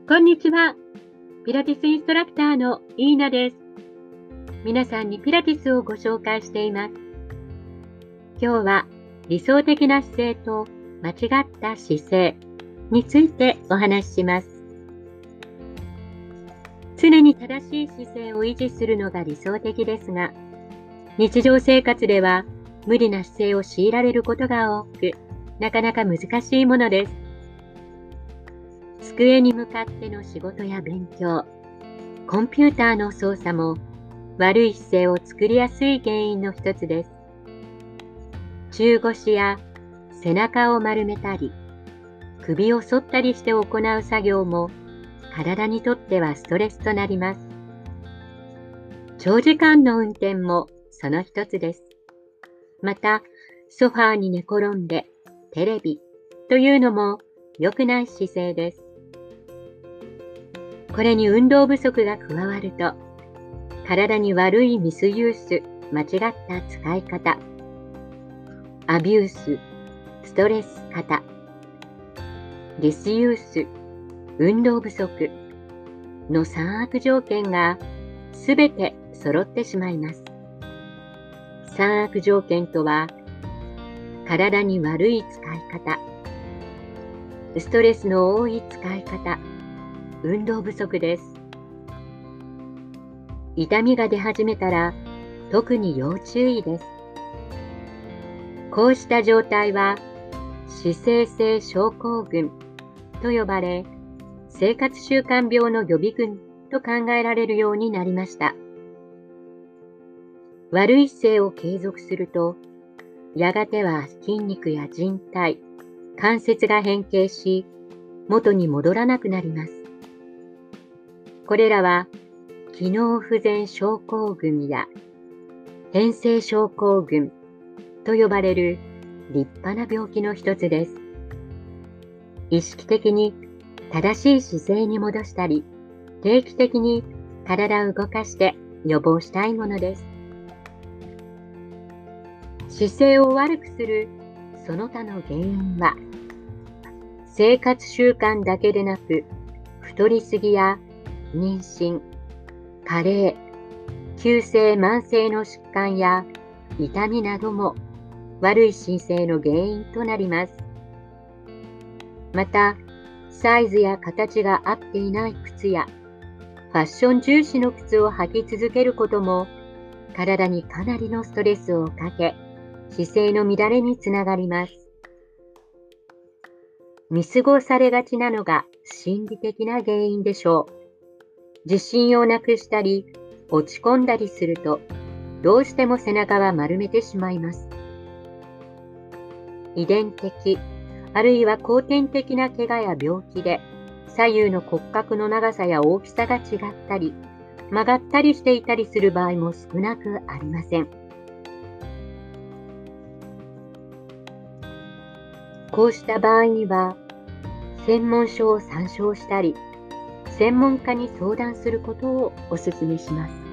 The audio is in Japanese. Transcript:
こんにちは。ピラティスインストラクターのイーナです。皆さんにピラティスをご紹介しています。今日は理想的な姿勢と間違った姿勢についてお話しします。常に正しい姿勢を維持するのが理想的ですが、日常生活では無理な姿勢を強いられることが多く、なかなか難しいものです。机に向かっての仕事や勉強、コンピューターの操作も悪い姿勢を作りやすい原因の一つです。中腰や背中を丸めたり、首を反ったりして行う作業も体にとってはストレスとなります。長時間の運転もその一つです。また、ソファーに寝転んでテレビというのも良くない姿勢です。これに運動不足が加わると、体に悪いミスユース、間違った使い方、アビュース、ストレス型、ディスユース、運動不足の3悪条件がすべて揃ってしまいます。3悪条件とは、体に悪い使い方、ストレスの多い使い方、運動不足です。痛みが出始めたら特に要注意です。こうした状態は姿勢性症候群と呼ばれ、生活習慣病の予備軍と考えられるようになりました。悪い姿勢を継続すると、やがては筋肉や靭帯、関節が変形し、元に戻らなくなります。これらは機能不全症候群や変性症候群と呼ばれる立派な病気の一つです。意識的に正しい姿勢に戻したり、定期的に体を動かして予防したいものです。姿勢を悪くするその他の原因は、生活習慣だけでなく、太りすぎや妊娠、加齢、急性慢性の疾患や痛みなども悪い姿勢の原因となります。また、サイズや形が合っていない靴やファッション重視の靴を履き続けることも体にかなりのストレスをかけ、姿勢の乱れにつながります。見過ごされがちなのが心理的な原因でしょう。自信をなくしたり、落ち込んだりすると、どうしても背中は丸めてしまいます。遺伝的、あるいは後天的な怪我や病気で、左右の骨格の長さや大きさが違ったり、曲がったりしていたりする場合も少なくありません。こうした場合には、専門書を参照したり、専門家に相談することをお勧めします。